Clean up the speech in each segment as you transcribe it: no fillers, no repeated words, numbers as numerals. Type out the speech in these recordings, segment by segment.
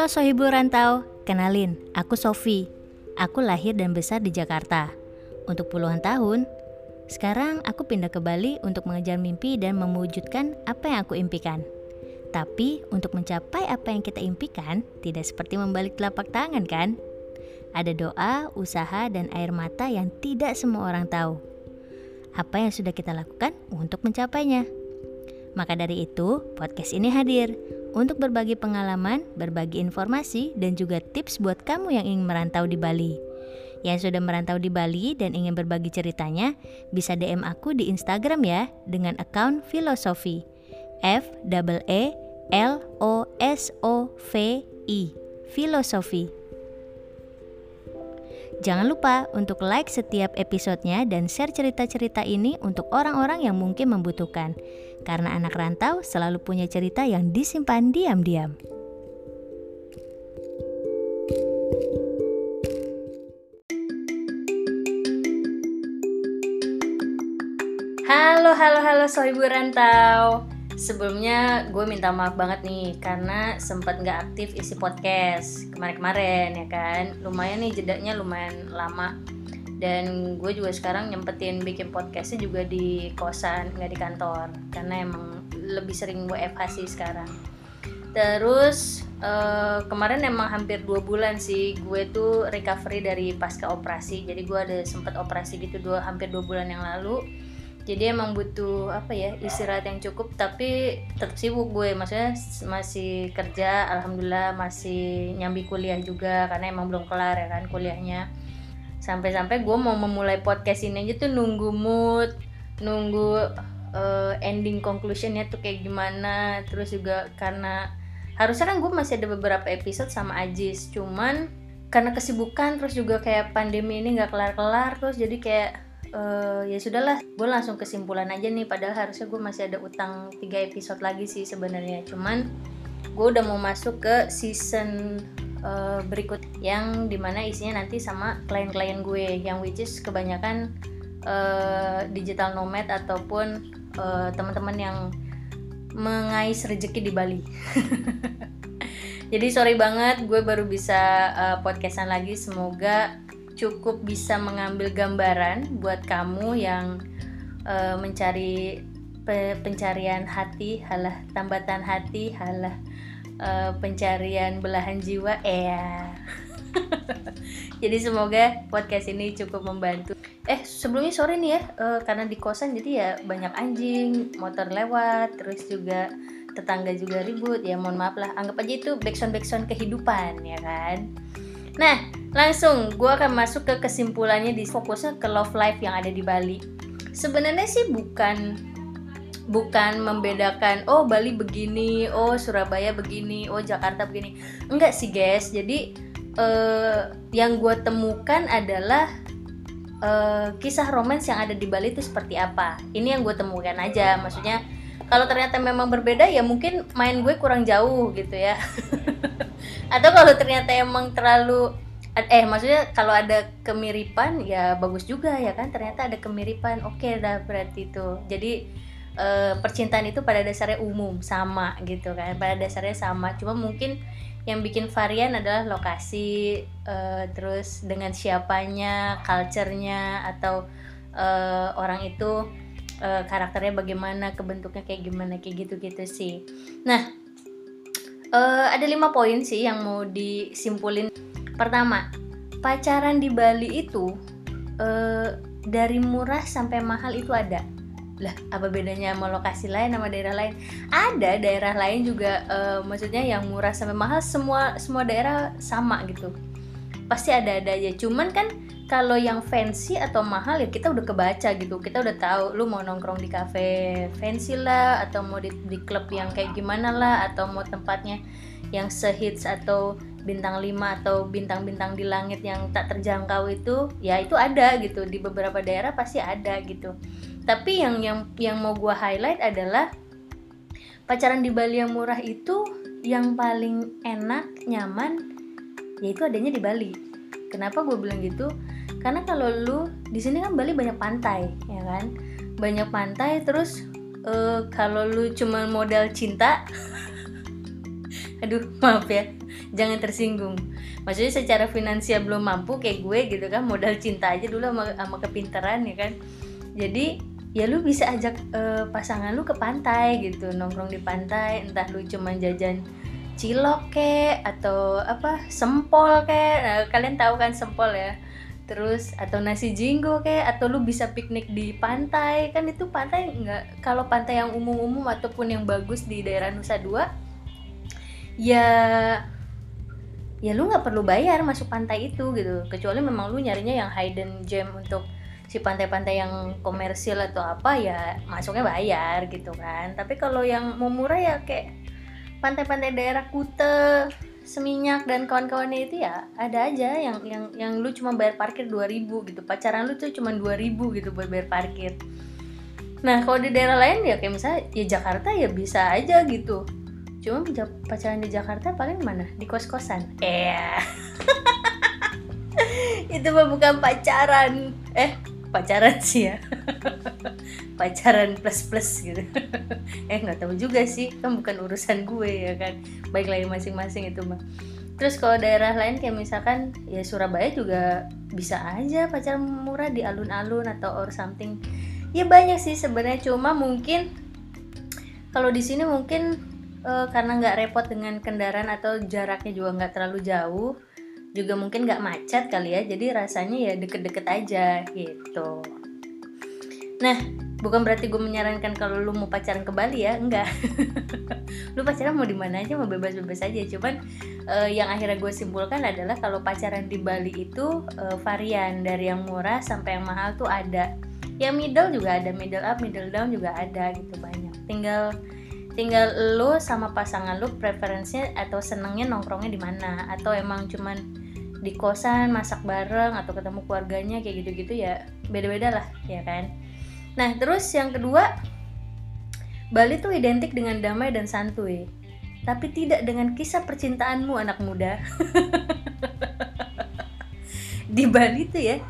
Sohibu Rantau, kenalin, aku Sofi. Aku lahir dan besar di Jakarta untuk puluhan tahun. Sekarang aku pindah ke Bali untuk mengejar mimpi dan mewujudkan apa yang aku impikan. Tapi untuk mencapai apa yang kita impikan, tidak seperti membalik telapak tangan kan? Ada doa, usaha, dan air mata yang tidak semua orang tahu. Apa yang sudah kita lakukan untuk mencapainya? Maka dari itu, podcast ini hadir untuk berbagi pengalaman, berbagi informasi, dan juga tips buat kamu yang ingin merantau di Bali. Yang sudah merantau di Bali dan ingin berbagi ceritanya, bisa DM aku di Instagram ya, dengan akun Filosofi. FEELOSOVI Filosofi. Jangan lupa untuk like setiap episodenya dan share cerita-cerita ini untuk orang-orang yang mungkin membutuhkan. Karena anak rantau selalu punya cerita yang disimpan diam-diam. Halo Sohibu Rantau. Sebelumnya gue minta maaf banget nih karena sempat gak aktif isi podcast kemarin-kemarin ya kan. Lumayan nih jedanya lumayan lama. Dan gue juga sekarang nyempetin bikin podcastnya juga di kosan, gak di kantor. Karena emang lebih sering WFH sih sekarang. Terus kemarin emang hampir 2 bulan sih gue tuh recovery dari pasca operasi. Jadi gue ada sempat operasi gitu hampir 2 bulan yang lalu. Jadi emang butuh istirahat yang cukup, tapi tetap sibuk gue, maksudnya masih kerja, alhamdulillah masih nyambi kuliah juga karena emang belum kelar ya kan kuliahnya. Sampai-sampai gue mau memulai podcast ini aja tuh nunggu mood, nunggu ending conclusionnya tuh kayak gimana. Terus juga karena harusnya kan gue masih ada beberapa episode sama Ajis, cuman karena kesibukan terus juga kayak pandemi ini nggak kelar-kelar, terus jadi kayak ya sudahlah, gue langsung kesimpulan aja nih, padahal harusnya gue masih ada utang 3 episode lagi sih sebenarnya. Cuman gue udah mau masuk ke season berikut yang dimana isinya nanti sama klien-klien gue, yang which is kebanyakan digital nomad ataupun teman-teman yang mengais rezeki di Bali. Jadi sorry banget gue baru bisa podcastan lagi. Semoga cukup bisa mengambil gambaran buat kamu yang mencari pencarian hati, halah tambatan hati, halah pencarian belahan jiwa Jadi semoga podcast ini cukup membantu. Sebelumnya sorry nih ya, karena di kosan jadi ya banyak anjing, motor lewat, terus juga tetangga juga ribut, ya mohon maaf lah, anggap aja itu backsound kehidupan ya kan. Nah, langsung gue akan masuk ke kesimpulannya, di fokusnya ke love life yang ada di Bali. Sebenarnya sih bukan membedakan Bali begini, Surabaya begini, Jakarta begini. Enggak sih guys. Jadi yang gue temukan adalah kisah romans yang ada di Bali itu seperti apa. Ini yang gue temukan aja. Maksudnya kalau ternyata memang berbeda ya mungkin main gue kurang jauh gitu ya. Atau kalau ternyata emang terlalu maksudnya kalau ada kemiripan ya bagus juga ya kan, ternyata ada kemiripan, oke dah berarti itu. Jadi percintaan itu pada dasarnya umum, sama gitu kan, pada dasarnya sama, cuma mungkin yang bikin varian adalah lokasi, terus dengan siapanya, culture-nya, atau orang itu karakternya bagaimana, kebentuknya kayak gimana, kayak gitu-gitu sih. Nah, ada 5 poin sih yang mau disimpulin. Pertama, pacaran di Bali itu dari murah sampai mahal itu ada. Lah, apa bedanya sama lokasi lain, sama daerah lain? Ada daerah lain juga, maksudnya yang murah sampai mahal, semua daerah sama gitu. Pasti ada-ada aja. Cuman kan kalau yang fancy atau mahal ya kita udah kebaca gitu. Kita udah tahu lu mau nongkrong di cafe fancy lah, atau mau di klub yang kayak gimana lah, atau mau tempatnya yang sehits atau bintang 5 atau bintang-bintang di langit yang tak terjangkau itu, ya itu ada gitu. Di beberapa daerah pasti ada gitu. Tapi yang mau gua highlight adalah pacaran di Bali yang murah itu yang paling enak, nyaman, yaitu adanya di Bali. Kenapa gue bilang gitu? Karena kalau lu di sini kan Bali banyak pantai, ya kan? Banyak pantai, terus kalau lu cuma modal cinta, aduh maaf ya, jangan tersinggung. Maksudnya secara finansial belum mampu kayak gue gitu kan, modal cinta aja dulu sama kepintaran ya kan. Jadi ya lu bisa ajak pasangan lu ke pantai gitu, nongkrong di pantai, entah lu cuman jajan cilok kek atau apa sempol kek. Nah, kalian tahu kan sempol ya, terus atau nasi jinggo kek, atau lu bisa piknik di pantai. Kan itu pantai nggak, kalau pantai yang umum-umum ataupun yang bagus di daerah Nusa Dua ya lu nggak perlu bayar masuk pantai itu gitu, kecuali memang lu nyarinya yang hidden gem untuk si pantai-pantai yang komersil atau apa, ya masuknya bayar gitu kan. Tapi kalau yang mau murah ya kayak pantai-pantai daerah Kuta, Seminyak dan kawan-kawannya itu ya ada aja yang lu cuma bayar parkir 2.000 gitu. Pacaran lu tuh cuma 2.000 gitu buat bayar parkir. Nah, kalau di daerah lain ya kayak misalnya ya Jakarta ya bisa aja gitu. Cuma pacaran di Jakarta paling mana? Di kos-kosan. Itu mah bukan pacaran. Pacaran sih ya. Pacaran plus gitu. Nggak tahu juga sih, kan bukan urusan gue ya kan. Baik lagi masing-masing itu mah. Terus kalau daerah lain kayak misalkan ya Surabaya juga bisa aja pacaran murah di alun-alun atau or something. Ya banyak sih sebenarnya, cuma mungkin kalau di sini mungkin karena nggak repot dengan kendaraan atau jaraknya juga nggak terlalu jauh, juga mungkin nggak macet kali ya, jadi rasanya ya deket-deket aja gitu. Nah, bukan berarti gue menyarankan kalau lu mau pacaran ke Bali ya, enggak. Lu pacaran mau di mana aja, mau bebas-bebas aja. Cuman yang akhirnya gue simpulkan adalah kalau pacaran di Bali itu varian dari yang murah sampai yang mahal tuh ada. Yang middle juga ada, middle up, middle down juga ada gitu, banyak. Tinggal lu sama pasangan lu preferensinya atau senengnya nongkrongnya di mana, atau emang cuman di kosan masak bareng atau ketemu keluarganya kayak gitu-gitu ya, beda-beda lah ya kan. Nah, terus yang kedua, Bali tuh identik dengan damai dan santuy, tapi tidak dengan kisah percintaanmu anak muda. Di Bali tuh ya,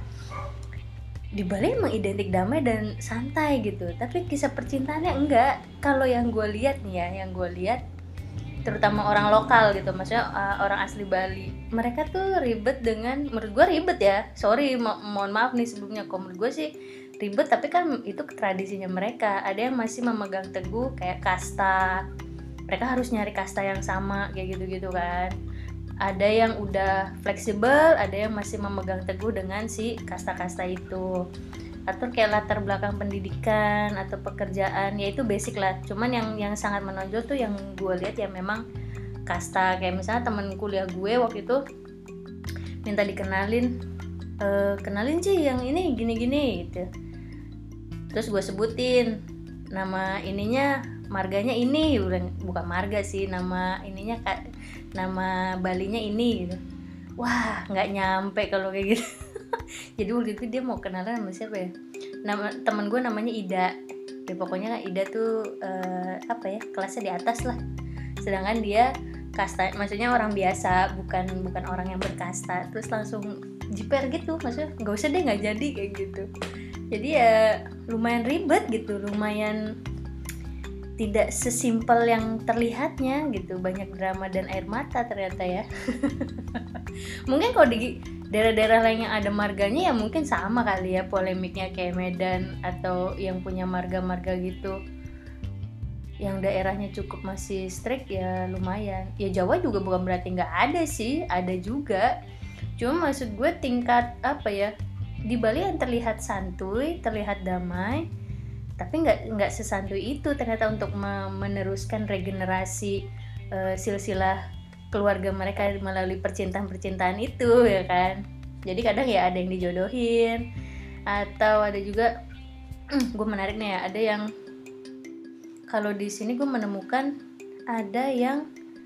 di Bali emang identik damai dan santai gitu, tapi kisah percintaannya enggak. Kalau yang gue lihat nih ya, terutama orang lokal gitu, maksudnya orang asli Bali, mereka tuh ribet dengan, menurut gue ribet ya, sorry mohon maaf nih sebelumnya, kalau menurut gue sih ribet, tapi kan itu tradisinya mereka. Ada yang masih memegang teguh kayak kasta, mereka harus nyari kasta yang sama kayak gitu-gitu kan. Ada yang udah fleksibel, ada yang masih memegang teguh dengan si kasta-kasta itu. Atau kayak latar belakang pendidikan atau pekerjaan, ya itu basic lah. Cuman yang sangat menonjol tuh yang gue lihat ya memang kasta. Kayak misalnya temen kuliah gue waktu itu minta dikenalin, kenalin sih yang ini gini-gini gitu. Terus gue sebutin nama ininya, marganya ini, bukan marga sih, nama ininya, nama Balinya ini gitu. Wah, nggak nyampe kalau kayak gitu. Jadi waktu itu dia mau kenalan sama siapa ya, temen gue namanya Ida ya, pokoknya Ida tuh kelasnya di atas lah, sedangkan dia kasta, maksudnya orang biasa, bukan orang yang berkasta. Terus langsung jiper gitu, maksudnya nggak usah deh, nggak jadi kayak gitu. Jadi ya lumayan ribet gitu, lumayan tidak sesimpel yang terlihatnya gitu, banyak drama dan air mata ternyata ya. Mungkin kalau di daerah-daerah lain yang ada marganya ya mungkin sama kali ya polemiknya, kayak Medan atau yang punya marga-marga gitu, yang daerahnya cukup masih strict ya lumayan. Ya Jawa juga bukan berarti nggak ada sih, ada juga. Cuma maksud gue tingkat di Bali yang terlihat santuy, terlihat damai, tapi nggak sesantuy itu ternyata untuk meneruskan regenerasi silsilah keluarga mereka melalui percintaan itu ya kan. Jadi kadang ya ada yang dijodohin, atau ada juga gue menarik nih ya, ada yang kalau di sini gue menemukan ada yang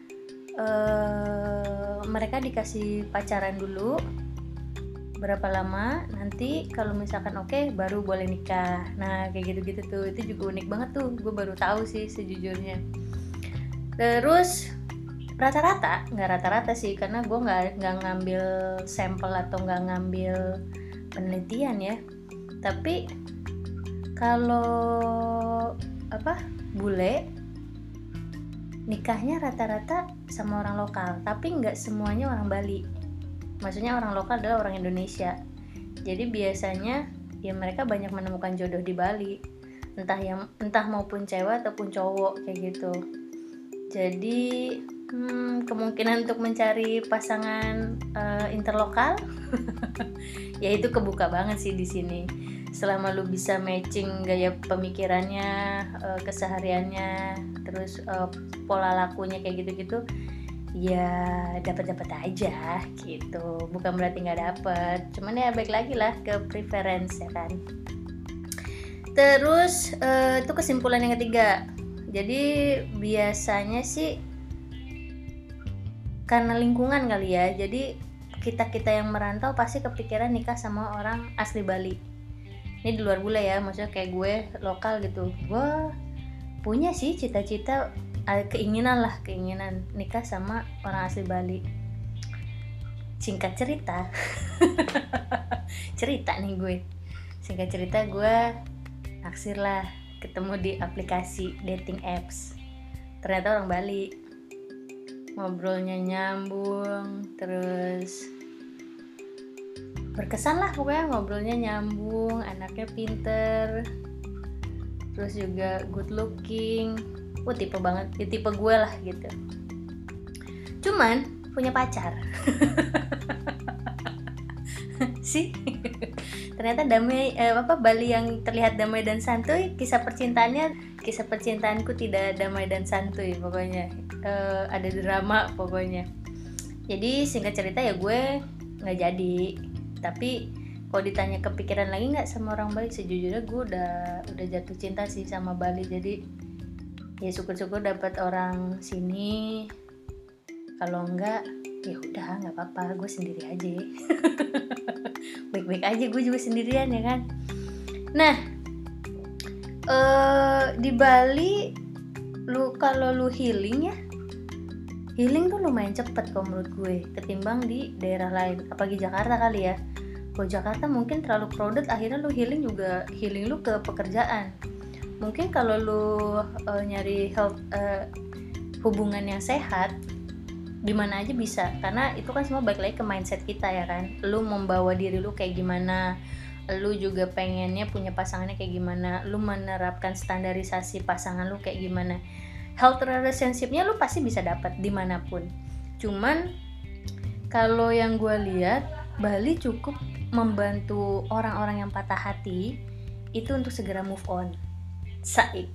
mereka dikasih pacaran dulu berapa lama, nanti kalau misalkan oke, baru boleh nikah. Nah kayak gitu-gitu tuh, itu juga unik banget tuh, gue baru tahu sih sejujurnya. Terus nggak rata-rata sih, karena gue nggak ngambil sampel atau nggak ngambil penelitian ya. Tapi kalau bule nikahnya rata-rata sama orang lokal, tapi nggak semuanya orang Bali. Maksudnya orang lokal adalah orang Indonesia. Jadi biasanya ya mereka banyak menemukan jodoh di Bali, entah maupun cewek ataupun cowok kayak gitu. Jadi kemungkinan untuk mencari pasangan interlokal ya itu kebuka banget sih di sini. Selama lu bisa matching gaya pemikirannya, kesehariannya, terus pola lakunya kayak gitu-gitu, ya dapat aja gitu. Bukan berarti nggak dapet, cuman ya baik lagi lah ke preference ya kan. Terus itu kesimpulan yang ketiga. Jadi biasanya sih karena lingkungan kali ya. Jadi kita yang merantau pasti kepikiran nikah sama orang asli Bali. Ini di luar bule ya, maksudnya kayak gue lokal gitu. Gue punya sih cita-cita, keinginan nikah sama orang asli Bali. Singkat cerita nih gue. Singkat cerita gue naksir lah, ketemu di aplikasi dating apps. Ternyata orang Bali. Ngobrolnya nyambung, terus berkesan lah pokoknya, ngobrolnya nyambung, anaknya pinter, terus juga good looking. Tipe banget, tipe gue lah gitu. Cuman punya pacar. sih ternyata damai, Bali yang terlihat damai dan santuy, kisah percintaanku tidak damai dan santuy pokoknya. Ada drama pokoknya. Jadi singkat cerita ya gue nggak jadi. Tapi kalau ditanya kepikiran lagi nggak sama orang Bali, sejujurnya gue udah jatuh cinta sih sama Bali. Jadi ya syukur-syukur dapat orang sini. Kalau enggak ya udah nggak apa-apa, gue sendiri aja. Baik-baik aja, gue juga sendirian ya kan. Nah di Bali kalau lu healing tuh lumayan cepet kalau menurut gue ketimbang di daerah lain, apalagi Jakarta kali ya. Kalau Jakarta mungkin terlalu crowded, akhirnya lu healing lu ke pekerjaan. Mungkin kalau lu nyari hubungan yang sehat di mana aja bisa, karena itu kan semua balik lagi ke mindset kita ya kan. Lu membawa diri lu kayak gimana, lu juga pengennya punya pasangannya kayak gimana, lu menerapkan standarisasi pasangan lu kayak gimana. Health relationship-nya lu pasti bisa dapat dimanapun. Cuman kalau yang gue lihat, Bali cukup membantu orang-orang yang patah hati itu untuk segera move on. Saik.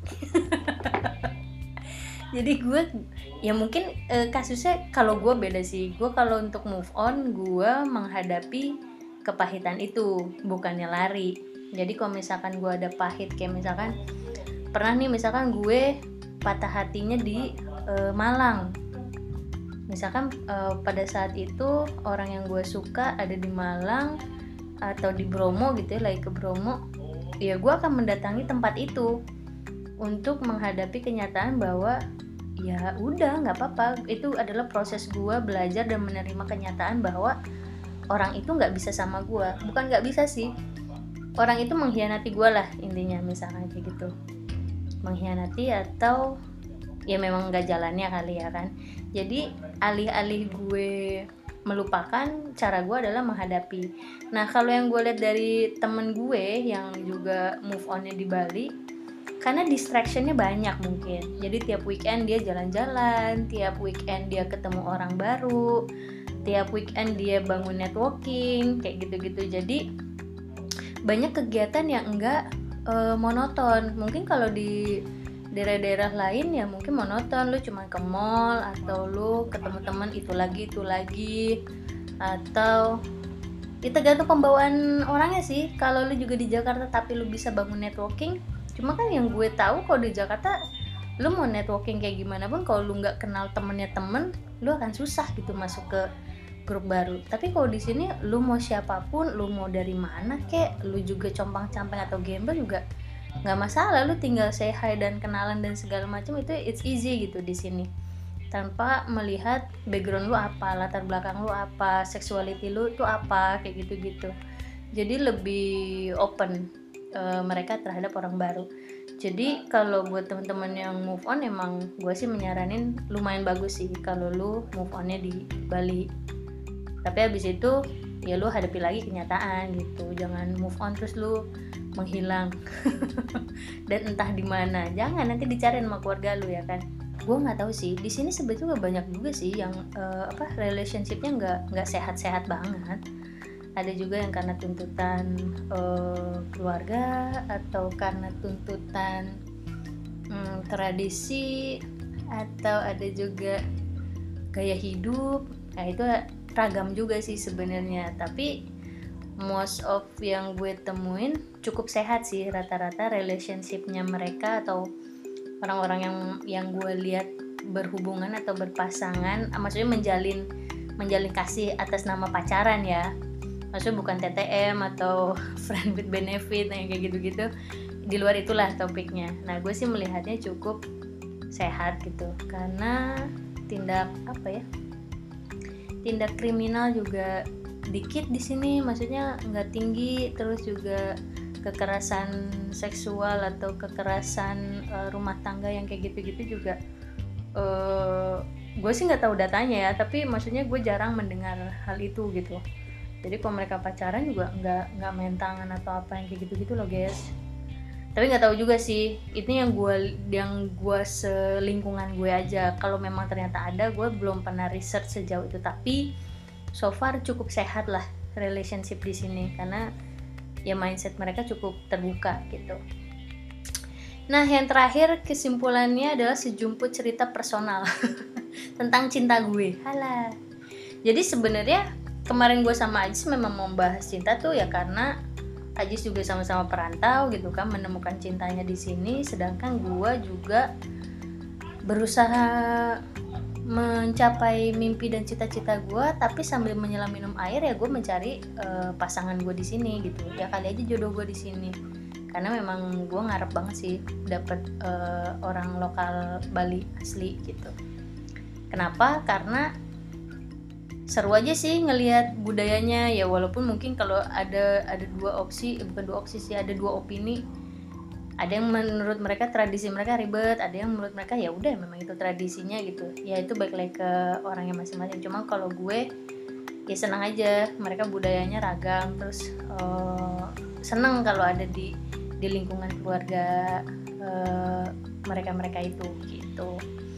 Jadi gue ya mungkin kasusnya kalau gue beda sih. Gue kalau untuk move on, gue menghadapi kepahitan itu, bukannya lari. Jadi kalau misalkan gue ada pahit, kayak misalkan pernah nih, misalkan gue patah hatinya di Malang. Misalkan pada saat itu orang yang gue suka ada di Malang atau di Bromo gitu ya, lagi ke Bromo, ya gue akan mendatangi tempat itu untuk menghadapi kenyataan bahwa ya udah nggak apa-apa. Itu adalah proses gue belajar dan menerima kenyataan bahwa orang itu nggak bisa sama gue. Bukan nggak bisa sih, orang itu mengkhianati gue lah intinya, misalkan kayak gitu. Mengkhianati atau ya memang nggak jalannya kali ya kan. Jadi alih-alih gue melupakan, cara gue adalah menghadapi. Nah kalau yang gue lihat dari temen gue yang juga move onnya di Bali, karena distractionnya banyak mungkin. Jadi tiap weekend dia jalan-jalan, tiap weekend dia ketemu orang baru, tiap weekend dia bangun networking kayak gitu-gitu. Jadi banyak kegiatan yang enggak monoton. Mungkin kalau di daerah-daerah lain ya mungkin monoton, lu cuma ke mall atau lu ketemu teman itu lagi, atau itu tergantung pembawaan orangnya sih. Kalau lu juga di Jakarta tapi lu bisa bangun networking, cuma kan yang gue tahu kalau di Jakarta lu mau networking kayak gimana pun, kalau lu nggak kenal temennya temen, lu akan susah gitu masuk ke grup baru. Tapi kalau di sini lu mau siapapun, lu mau dari mana kek, lu juga compang-camping atau gembel juga nggak masalah. Lu tinggal say hi dan kenalan dan segala macam, itu it's easy gitu di sini, tanpa melihat background lu apa, latar belakang lu apa, sexuality lu tuh apa, kayak gitu-gitu. Jadi lebih open mereka terhadap orang baru. Jadi kalau buat teman-teman yang move on, emang gue sih menyaranin lumayan bagus sih kalau lu move onnya di Bali. Tapi habis itu ya lu hadapi lagi kenyataan gitu. Jangan move on terus lu menghilang dan entah di mana. Jangan, nanti dicariin sama keluarga lu ya kan. Gue nggak tahu sih. Di sini sebetulnya banyak juga sih yang relationshipnya nggak sehat-sehat banget. Ada juga yang karena tuntutan keluarga atau karena tuntutan tradisi, atau ada juga gaya hidup. Nah itu ragam juga sih sebenarnya, tapi most of yang gue temuin cukup sehat sih rata-rata relationshipnya mereka, atau orang-orang yang gue lihat berhubungan atau berpasangan, maksudnya menjalin kasih atas nama pacaran ya, maksudnya bukan TTM atau friend with benefit yang kayak gitu-gitu. Di luar itulah topiknya. Nah gue sih melihatnya cukup sehat gitu, karena tindak kriminal juga dikit di sini, maksudnya nggak tinggi. Terus juga kekerasan seksual atau kekerasan rumah tangga yang kayak gitu-gitu juga gue sih nggak tahu datanya ya, tapi maksudnya gue jarang mendengar hal itu gitu. Jadi kalau mereka pacaran juga nggak main tangan atau apa yang kayak gitu-gitu loh guys. Tapi nggak tahu juga sih, itu yang gue selingkungan gue aja. Kalau memang ternyata ada, gue belum pernah research sejauh itu. Tapi so far cukup sehat lah relationship di sini, karena ya mindset mereka cukup terbuka gitu. Nah yang terakhir kesimpulannya adalah sejumput cerita personal tentang cinta gue. Halah. Jadi sebenarnya kemarin gue sama Ajis memang mau bahas cinta tuh ya karena Ajis juga sama-sama perantau gitu kan, menemukan cintanya di sini, sedangkan gue juga berusaha mencapai mimpi dan cita-cita gue, tapi sambil menyelam minum air ya gue mencari pasangan gue di sini gitu. Ya kali aja jodoh gue di sini, karena memang gue ngarep banget sih dapet orang lokal Bali asli gitu. Kenapa? Karena seru aja sih ngelihat budayanya ya, walaupun mungkin kalau ada dua opini. Ada yang menurut mereka tradisi mereka ribet, ada yang menurut mereka ya udah memang itu tradisinya gitu. Ya itu balik lagi ke orangnya masing-masing. Cuma kalau gue ya senang aja mereka budayanya ragam, terus senang kalau ada di lingkungan keluarga mereka itu gitu.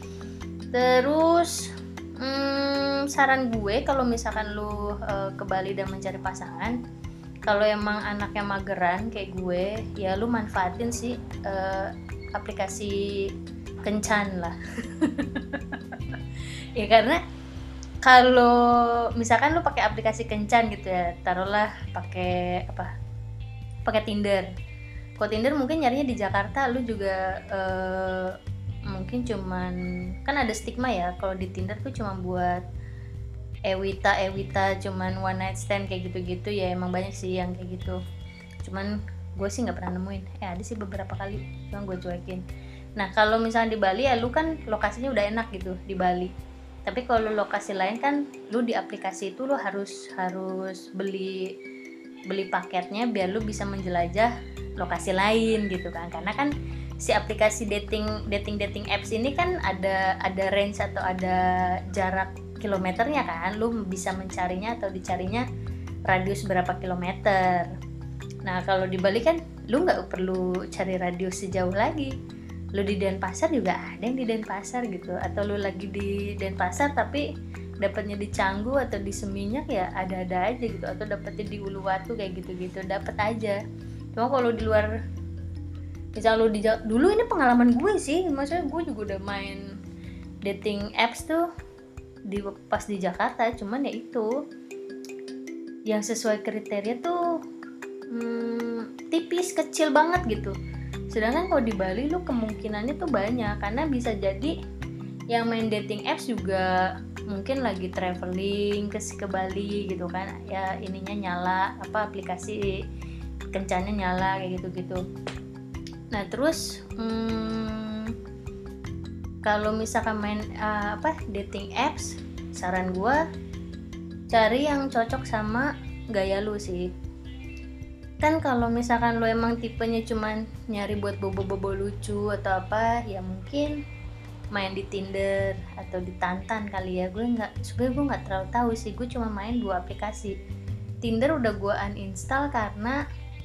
Terus saran gue kalau misalkan lu ke Bali dan mencari pasangan, kalau emang anaknya mageran kayak gue, ya lu manfaatin sih aplikasi kencan lah. Ya karena kalau misalkan lu pakai aplikasi kencan gitu ya, taruhlah pakai Tinder. Kalau Tinder mungkin nyarinya di Jakarta, lu juga mungkin cuman, kan ada stigma ya kalau di Tinder tuh cuma buat Ewita cuman one night stand kayak gitu-gitu ya. Emang banyak sih yang kayak gitu, cuman gue sih nggak pernah nemuin. Ada sih beberapa kali, cuma gue cuekin. Nah kalau misalnya di Bali ya lu kan lokasinya udah enak gitu di Bali, tapi kalau lokasi lain kan lu di aplikasi itu lu harus beli paketnya biar lu bisa menjelajah lokasi lain gitu kan. Karena kan si aplikasi dating apps ini kan ada range atau ada jarak kilometernya kan, lu bisa mencarinya atau dicarinya radius berapa kilometer. Nah kalau di Bali kan lu nggak perlu cari radius sejauh lagi, lu di Denpasar juga ada yang di Denpasar gitu, atau lu lagi di Denpasar tapi dapatnya di Canggu atau di Seminyak ya ada-ada aja gitu, atau dapatnya di Uluwatu kayak gitu-gitu, dapat aja. Cuma kalau di luar, misal lu dulu ini pengalaman gue sih, maksudnya gue juga udah main dating apps tuh pas di Jakarta, cuman ya itu yang sesuai kriteria tuh tipis, kecil banget gitu. Sedangkan kalau di Bali lu kemungkinannya tuh banyak, karena bisa jadi yang main dating apps juga mungkin lagi traveling ke Bali gitu kan, ya ininya nyala, aplikasi kencannya nyala kayak gitu-gitu. Nah terus kalau misalkan main dating apps, saran gue cari yang cocok sama gaya lu sih. Kan kalau misalkan lo emang tipenya cuman nyari buat bobo-bobo lucu atau apa, ya mungkin main di Tinder atau di Tantan kali ya. Sebenarnya gue nggak terlalu tahu sih, gue cuma main 2 aplikasi. Tinder udah gue uninstall karena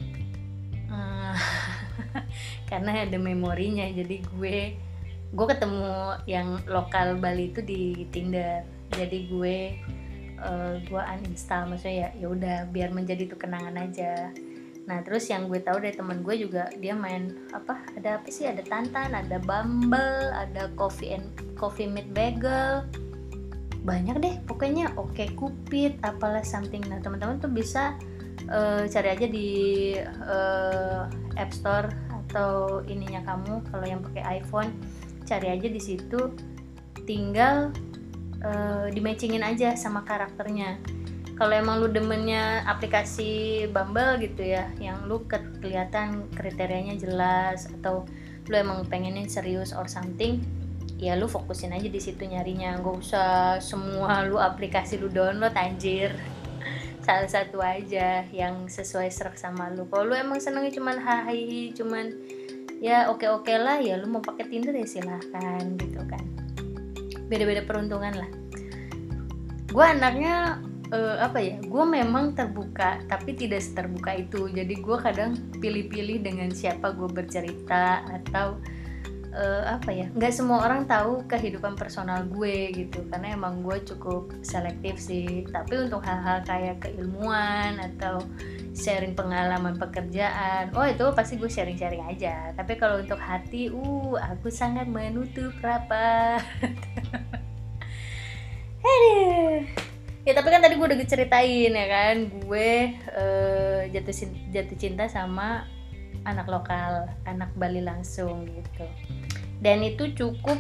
karena ada memorinya. Jadi gue ketemu yang lokal Bali itu di Tinder, jadi gue uninstall, maksudnya ya udah biar menjadi itu kenangan aja. Nah terus yang gue tahu dari teman gue juga, dia main ada Tantan, ada Bumble, ada Coffee Meet Bagel, banyak deh pokoknya, OkCupid, apalah something. Nah teman-teman tuh bisa cari aja di App Store atau ininya kamu, kalau yang pakai iPhone cari aja di situ, tinggal di-matchingin aja sama karakternya. Kalau emang lu demennya aplikasi Bumble gitu ya, yang lu kelihatan kriterianya jelas, atau lu emang pengennya serius or something, ya lu fokusin aja di situ nyarinya. Gak usah semua lu aplikasi lu download, anjir. Salah satu aja yang sesuai serak sama lu. Kalau lu emang senengnya cuman hai, cuman ya oke lah, ya lu mau pakai Tinder ya silahkan gitu kan. Beda-beda peruntungan lah. Gue anaknya gue memang terbuka tapi tidak seterbuka itu. Jadi gue kadang pilih-pilih dengan siapa gue bercerita, atau nggak semua orang tahu kehidupan personal gue gitu, karena emang gue cukup selektif sih. Tapi untuk hal-hal kayak keilmuan atau sharing pengalaman pekerjaan, itu pasti gue sharing-sharing aja. Tapi kalau untuk hati, aku sangat menutup rapat. Ya tapi kan tadi gue udah ceritain ya kan, gue jatuh cinta sama anak lokal, anak Bali langsung gitu. Dan itu cukup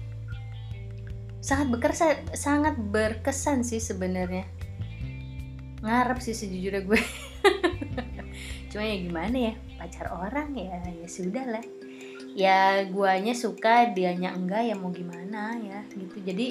sangat berkesan sih sebenarnya. Ngarep sih sejujurnya gue. Cuma ya gimana ya, pacar orang ya sudah lah. Ya guanya suka, dianya enggak, ya mau gimana ya gitu. Jadi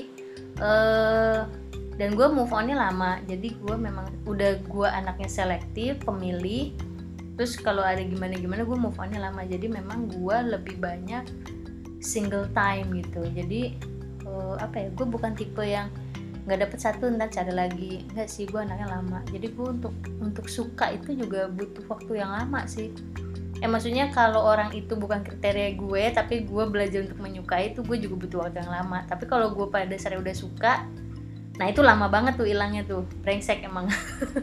dan gue move on-nya lama, jadi gue memang gue anaknya selektif, pemilih. Terus kalau ada gimana gue move on-nya lama, jadi memang gue lebih banyak single time gitu. Jadi gue bukan tipe yang nggak dapet satu ntar cari lagi, nggak sih, gue anaknya lama. Jadi gue untuk suka itu juga butuh waktu yang lama sih. Maksudnya kalau orang itu bukan kriteria gue, tapi gue belajar untuk menyukai, itu gue juga butuh waktu yang lama. Tapi kalau gue pada dasarnya udah suka, nah itu lama banget tuh hilangnya tuh, brengsek emang.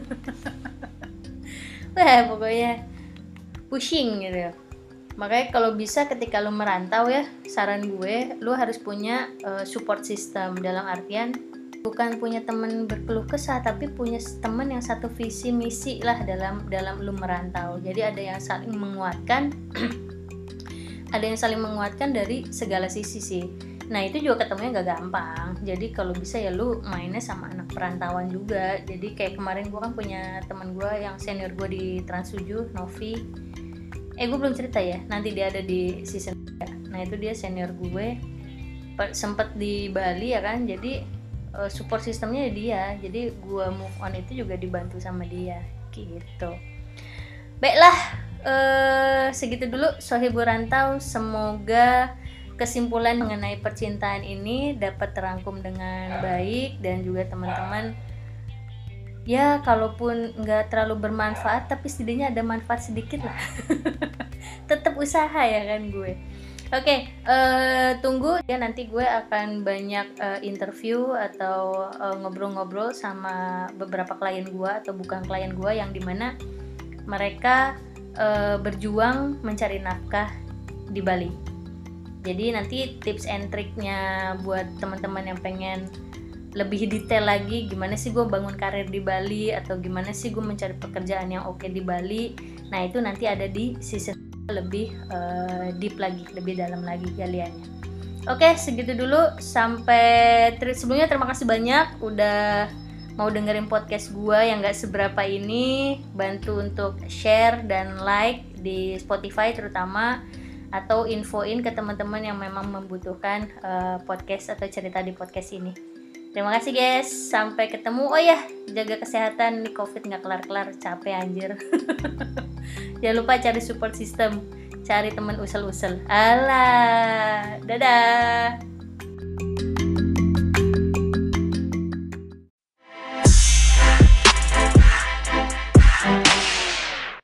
Wah pokoknya pushing gitu ya. Makanya kalau bisa ketika lu merantau ya, saran gue, lu harus punya support system. Dalam artian bukan punya teman berkeluh kesah, tapi punya teman yang satu visi misi lah dalam lu merantau. Jadi ada yang saling menguatkan, ada yang saling menguatkan dari segala sisi sih. Nah itu juga ketemunya gak gampang. Jadi kalau bisa ya lu mainnya sama anak perantauan juga. Jadi kayak kemarin gue kan punya teman gue yang senior gue di Trans 7, Novi. Gue belum cerita ya, nanti dia ada di season 3. Nah itu dia senior gue, sempet di Bali ya kan. Jadi support sistemnya dia. Jadi gue move on itu juga dibantu sama dia gitu. Baiklah, segitu dulu Sohibul Rantau. Semoga kesimpulan mengenai percintaan ini dapat terangkum dengan baik, dan juga teman-teman ya kalaupun nggak terlalu bermanfaat, tapi setidaknya ada manfaat sedikit lah. Tetap usaha ya kan gue. Oke, tunggu ya, nanti gue akan banyak interview atau ngobrol-ngobrol sama beberapa klien gue atau bukan klien gue, yang dimana mereka berjuang mencari nafkah di Bali. Jadi nanti tips and triknya buat teman-teman yang pengen lebih detail lagi, gimana sih gue bangun karir di Bali, atau gimana sih gue mencari pekerjaan yang oke di Bali. Nah itu nanti ada di season lebih deep lagi, lebih dalam lagi galiannya. Oke, segitu dulu. Sebelumnya terima kasih banyak udah mau dengerin podcast gue yang gak seberapa ini. Bantu untuk share dan like di Spotify terutama, atau infoin ke teman-teman yang memang membutuhkan podcast atau cerita di podcast ini. Terima kasih guys, sampai ketemu. Oh ya, jaga kesehatan nih, covid nggak kelar-kelar, capek anjir. Jangan lupa cari support system, cari teman usel-usel. Alah, dadah.